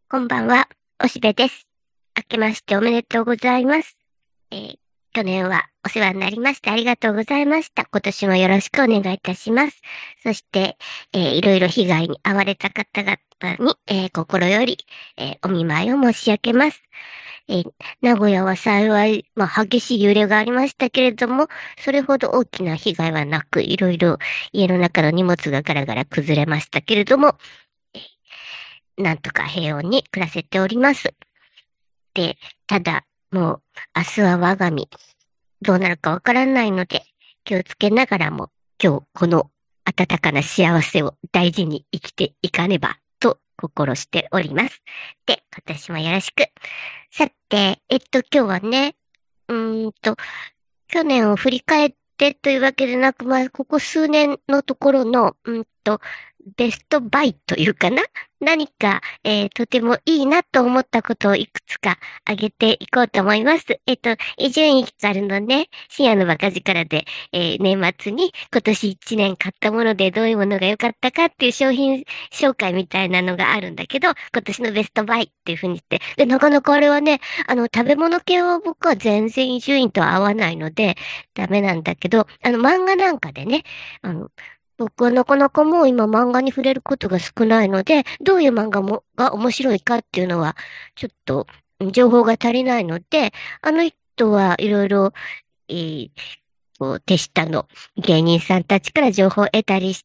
こんばんは、おしべです。明けましておめでとうございます。去年はお世話になりましてありがとうございました。今年もよろしくお願いいたします。そして、いろいろ被害に遭われた方々に、心より、お見舞いを申し上げます。えー名古屋は幸い、激しい揺れがありましたけれども、それほど大きな被害はなく、いろいろ家の中の荷物がガラガラ崩れましたけれども、なんとか平穏に暮らせております。で、ただ、もう、明日は我が身、どうなるかわからないので、気をつけながらも、今日この温かな幸せを大事に生きていかねば、と心しております。で、私もよろしく。さて、今日はね、うーんと、去年を振り返ってというわけでなく、ここ数年のところの、ベストバイというかな何か、とてもいいなと思ったことをいくつか挙げていこうと思います。伊集院光のね、深夜のバカ力で、年末に今年1年買ったものでどういうものが良かったかっていう商品紹介みたいなのがあるんだけど、今年のベストバイっていう風にして、で、なかなかあれはね、食べ物系は僕は全然伊集院とは合わないので、ダメなんだけど、漫画なんかでね、あの、僕はなかなかもう今漫画に触れることが少ないので、どういう漫画が面白いかっていうのは、ちょっと情報が足りないので、あの人はいろいろ、えー手下の芸人さんたちから情報を得たりして、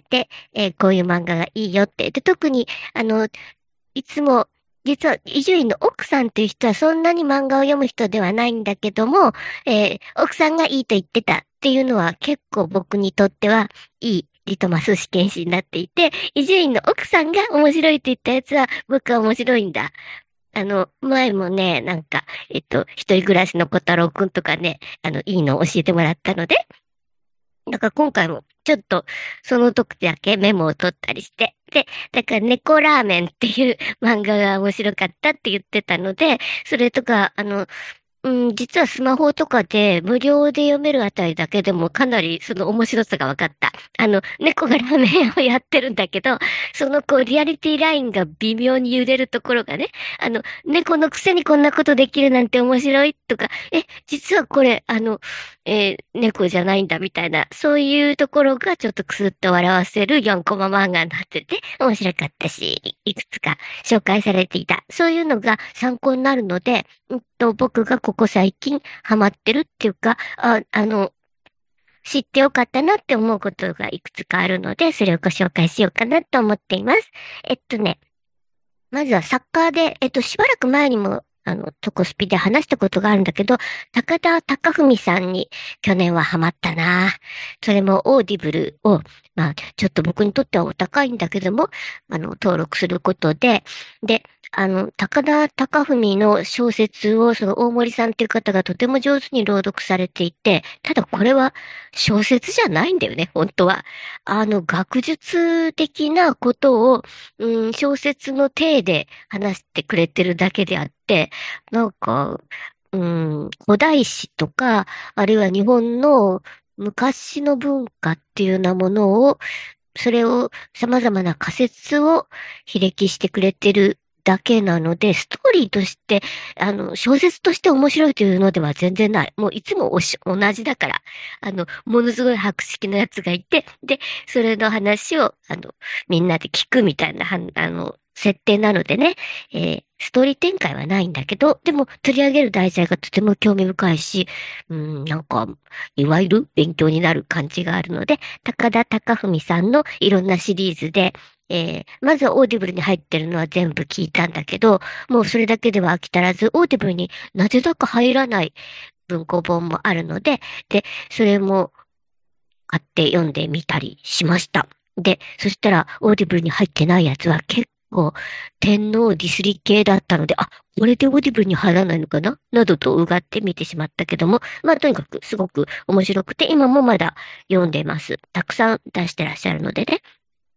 で、こういう漫画がいいよって。で、特に、いつも、実は、伊集院の奥さんっていう人はそんなに漫画を読む人ではないんだけども、奥さんがいいと言ってたっていうのは結構僕にとってはいいリトマス試験紙になっていて、伊集院の奥さんが面白いって言ったやつは僕は面白いんだ。前もね、一人暮らしの小太郎くんとかね、いいのを教えてもらったので、だから今回もちょっとその時だけメモを取ったりして、で、だから猫ラーメンっていう漫画が面白かったって言ってたので、それとか、実はスマホとかで無料で読めるあたりだけでもかなりその面白さが分かった。猫がラーメン屋をやってるんだけど、そのリアリティラインが微妙に揺れるところがね、猫のくせにこんなことできるなんて面白いとか、実はこれ、猫じゃないんだみたいな、そういうところがちょっとクスッと笑わせる4コマ漫画になってて、面白かったし、いくつか紹介されていた。そういうのが参考になるので、僕がここ最近ハマってるっていうか、知ってよかったなって思うことがいくつかあるので、それをご紹介しようかなと思っています。まずはサッカーで、しばらく前にも、トコスピで話したことがあるんだけど、高田貴文さんに去年はハマったな。それもオーディブルを、ちょっと僕にとってはお高いんだけども、登録することで、で、高田貴文の小説を、その大森さんっていう方がとても上手に朗読されていて、ただこれは小説じゃないんだよね、本当は。学術的なことを、小説の体で話してくれてるだけであって、なんか、古代史とか、あるいは日本の昔の文化っていうようなものを、それを様々な仮説を披歴してくれてるだけなので、ストーリーとして、小説として面白いというのでは全然ない。もういつも同じだから、ものすごい博識なやつがいて、で、それの話を、みんなで聞くみたいな、設定なのでね、ストーリー展開はないんだけど、でも取り上げる題材がとても興味深いし、いわゆる勉強になる感じがあるので、高田貴文さんのいろんなシリーズで、まずはオーディブルに入ってるのは全部聞いたんだけど、もうそれだけでは飽き足らず、オーディブルになぜだか入らない文庫本もあるので、で、それも買って読んでみたりしました。で、そしたら、オーディブルに入ってないやつは結構、天皇ディスり系だったので、これでオーディブルに入らないのかななどとうがって見てしまったけども、とにかくすごく面白くて、今もまだ読んでます。たくさん出してらっしゃるのでね。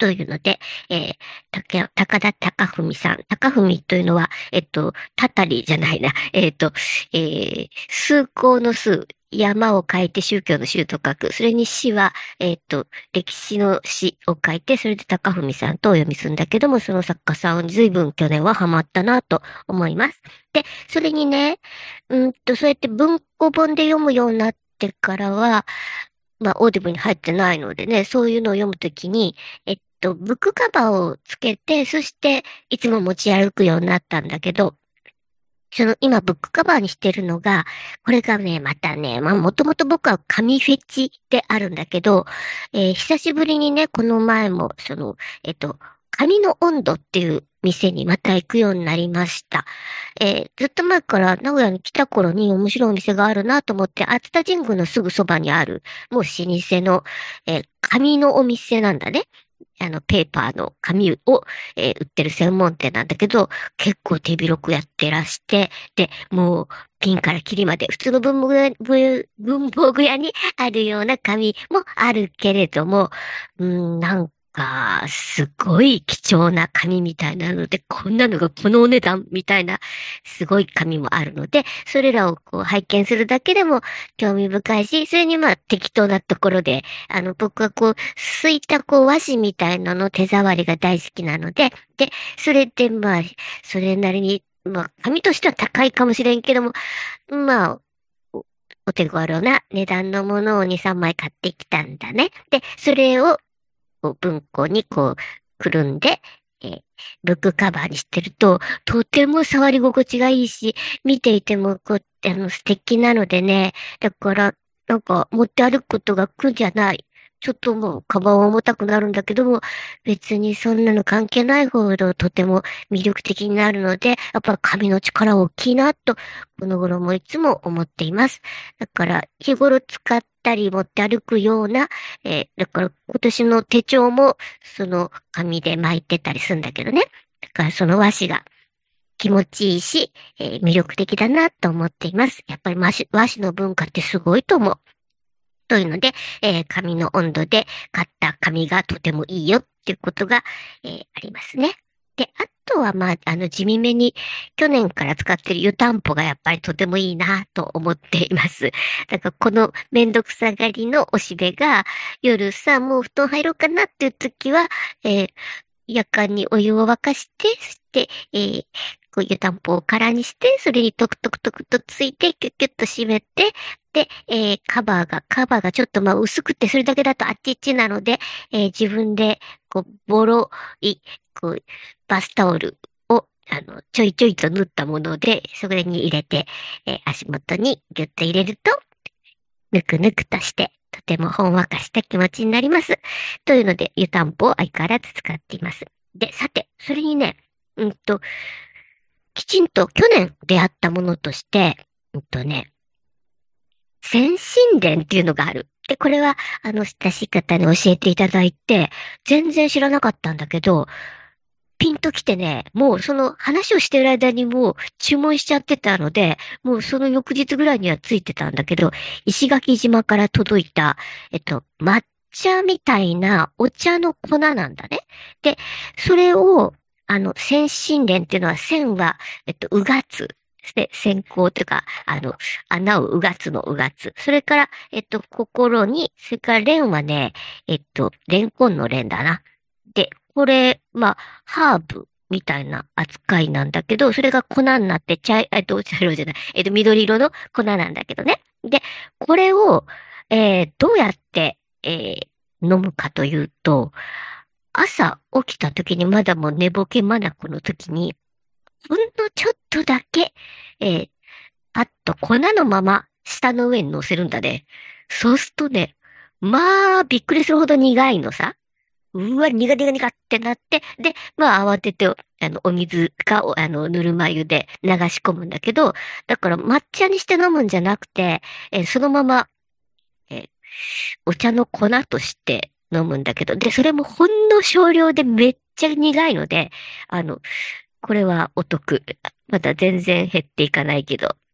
というので、高田貴文さん。貴文というのは、たたりじゃないな。崇高の崇、山を書いて宗教の宗と書く。それに詩は、歴史の詩を書いて、それで貴文さんとお読みするんだけども、その作家さん随分去年はハマったなと思います。で、それにね、そうやって文庫本で読むようになってからは、まあ、オーディブルに入ってないのでね、そういうのを読むときに、ブックカバーをつけて、そして、いつも持ち歩くようになったんだけど、今、ブックカバーにしてるのが、これがね、またね、まあ、もともと僕は紙フェチであるんだけど、久しぶりにね、この前も、紙の温度っていう店にまた行くようになりました。ずっと前から名古屋に来た頃に面白いお店があるなと思って、熱田神宮のすぐそばにある、もう老舗の、紙のお店なんだね。ペーパーの紙を、売ってる専門店なんだけど、結構手広くやってらして、で、もう、ピンからキリまで、普通の文房具屋にあるような紙もあるけれども、なんか、すごい貴重な紙みたいなので、こんなのがこのお値段みたいな、すごい紙もあるので、それらをこう拝見するだけでも興味深いし、それにまあ適当なところで、僕はこう、すいたこう和紙みたいなの手触りが大好きなので、で、それでまあ、それなりに、まあ、紙としては高いかもしれんけども、まあ、お手頃な値段のものを2、3枚買ってきたんだね。で、それをこう文庫にこう、くるんで、ブックカバーにしてると、とても触り心地がいいし、見ていても、こう、素敵なのでね、だから、なんか、持って歩くことが苦じゃない。ちょっともう、カバンは重たくなるんだけども、別にそんなの関係ないほどとても魅力的になるので、やっぱ紙の力大きいなと、この頃もいつも思っています。だから、日頃使ったり持って歩くような、だから今年の手帳も、その紙で巻いてたりするんだけどね。だからその和紙が気持ちいいし、魅力的だなと思っています。やっぱり和紙の文化ってすごいと思う。というので、紙の温度で買った紙がとてもいいよっていうことが、ありますね。で、あとはまあ、地味めに去年から使ってる湯たんぽがやっぱりとてもいいなと思っています。だからこのめんどくさがりのおしべが夜さ、もう布団入ろうかなっていう時は、夜間にお湯を沸かして、そして、こう湯たんぽを空にして、それにトクトクトクとついて、キュッキュッと閉めて、で、カバーがちょっとまあ薄くて、それだけだとあっちっちなので、自分で、こう、こう、バスタオルを、ちょいちょいと縫ったもので、それに入れて、足元にギュッと入れると、ぬくぬくとして、とてもほんわかした気持ちになります。というので、湯たんぽを相変わらず使っています。で、さて、それにね、きちんと去年出会ったものとして、先進伝っていうのがある。で、これは、親しい方に教えていただいて、全然知らなかったんだけど、ピンときてね、もうその話をしてる間にもう注文しちゃってたので、もうその翌日ぐらいにはついてたんだけど、石垣島から届いた、抹茶みたいなお茶の粉なんだね。で、それを、先進蓮っていうのは、線は、うがつ。で、線香というか、穴をうがつのうがつ。それから、心に、それから蓮はね、レンコンの蓮だな。で、これ、まあ、ハーブみたいな扱いなんだけど、それが粉になって茶色じゃない、緑色の粉なんだけどね。で、これを、どうやって、飲むかというと、朝起きた時にまだもう寝ぼけまなこの時に、ほんのちょっとだけ、えーパッと粉のまま舌の上に乗せるんだね。そうするとね、まあ、びっくりするほど苦いのさ。うわ、苦々苦ってなって、で、まあ、慌てて、お水か、ぬるま湯で流し込むんだけど、だから抹茶にして飲むんじゃなくて、そのまま、えーお茶の粉として飲むんだけど、で、それもほんの少量でめっちゃ苦いので、これはお得。まだ全然減っていかないけど、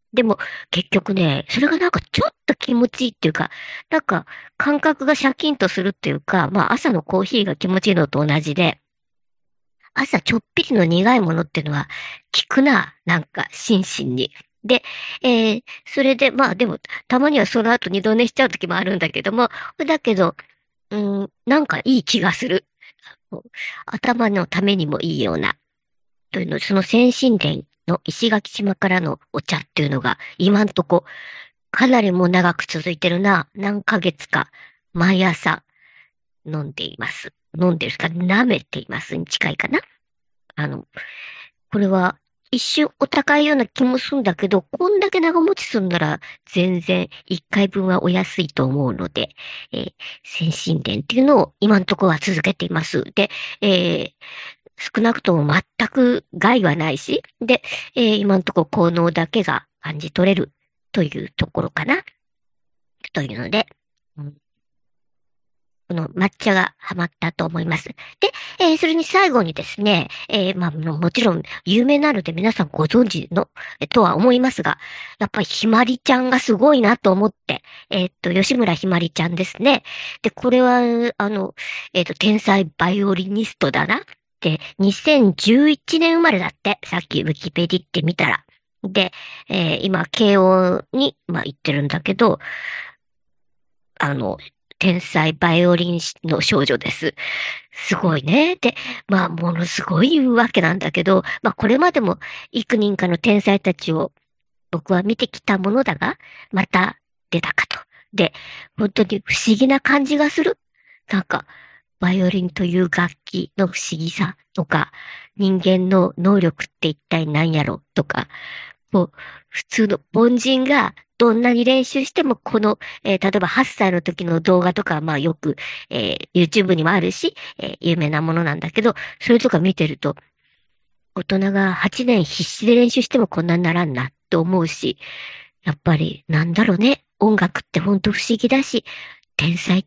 でも、結局ね、それがなんかちょっと気持ちいいっていうか、なんか感覚がシャキンとするっていうか、まあ朝のコーヒーが気持ちいいのと同じで、朝ちょっぴりの苦いものっていうのは効くな、なんか心身に。で、それで、まあでも、たまにはその後二度寝しちゃう時もあるんだけども、だけど、なんかいい気がする。頭のためにもいいような。というの、その先進殿の石垣島からのお茶っていうのが、今んとこ、かなりもう長く続いてるな。何ヶ月か、毎朝飲んでいます。飲んでるか、舐めていますに近いかな。あの、これは一瞬お高いような気もするんだけど、こんだけ長持ちするなら全然一回分はお安いと思うので、先進殿っていうのを今のところは続けています。で、えー少なくとも全く害はないし、で、今のところ効能だけが感じ取れるというところかな。というので、うんこの抹茶がハマったと思います。で、それに最後にですね、まあ、もちろん有名なので皆さんご存知の、とは思いますが、やっぱりひまりちゃんがすごいなと思って、吉村ひまりちゃんですね。で、これは、天才バイオリニストだな。で、2011年生まれだって、さっきウィキペディって見たら。で、今、慶応に、まあ、行ってるんだけど、あの、天才バイオリンの少女です。すごいね。で、まあ、ものすごい言うわけなんだけど、まあ、これまでも幾人かの天才たちを僕は見てきたものだが、また出たかと。で、本当に不思議な感じがする。なんか、バイオリンという楽器の不思議さとか、人間の能力って一体何やろとか、もう、普通の凡人がどんなに練習しても、この、例えば8歳の時の動画とか、まあよく、YouTube にもあるし、有名なものなんだけど、それとか見てると、大人が8年必死で練習してもこんなにならんなって思うし、やっぱり、なんだろうね。音楽ってほんと不思議だし、天才って、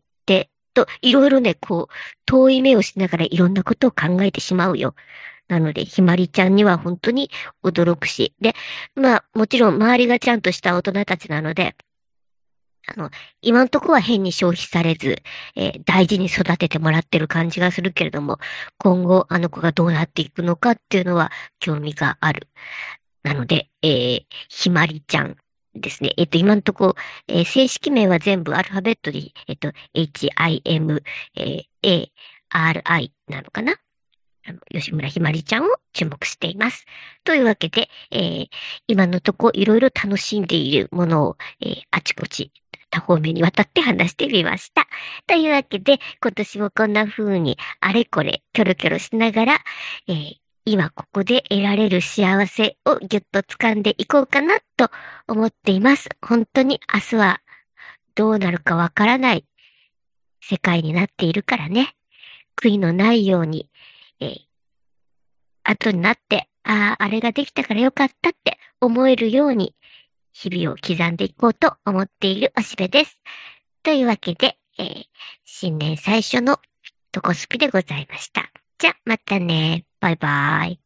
と、いろいろね、こう、遠い目をしながらいろんなことを考えてしまうよ。なので、ひまりちゃんには本当に驚くし。で、まあ、もちろん周りがちゃんとした大人たちなので、あの、今のところは変に消費されず、大事に育ててもらってる感じがするけれども、今後あの子がどうなっていくのかっていうのは興味がある。なので、ひまりちゃんですね。今のところ、正式名は全部アルファベットで、HIM、ARI なのかな吉村ひまりちゃんを注目しています。というわけで、今のとこいろいろ楽しんでいるものを、あちこち多方面にわたって話してみました。というわけで、今年もこんな風にあれこれキョロキョロしながら、今ここで得られる幸せをぎゅっと掴んでいこうかなと思っています。本当に明日はどうなるかわからない世界になっているからね。悔いのないように、えー後になって、ああ、あれができたからよかったって思えるように、日々を刻んでいこうと思っているおしべです。というわけで、新年最初のトコスピでございました。じゃ、またね。バイバイ。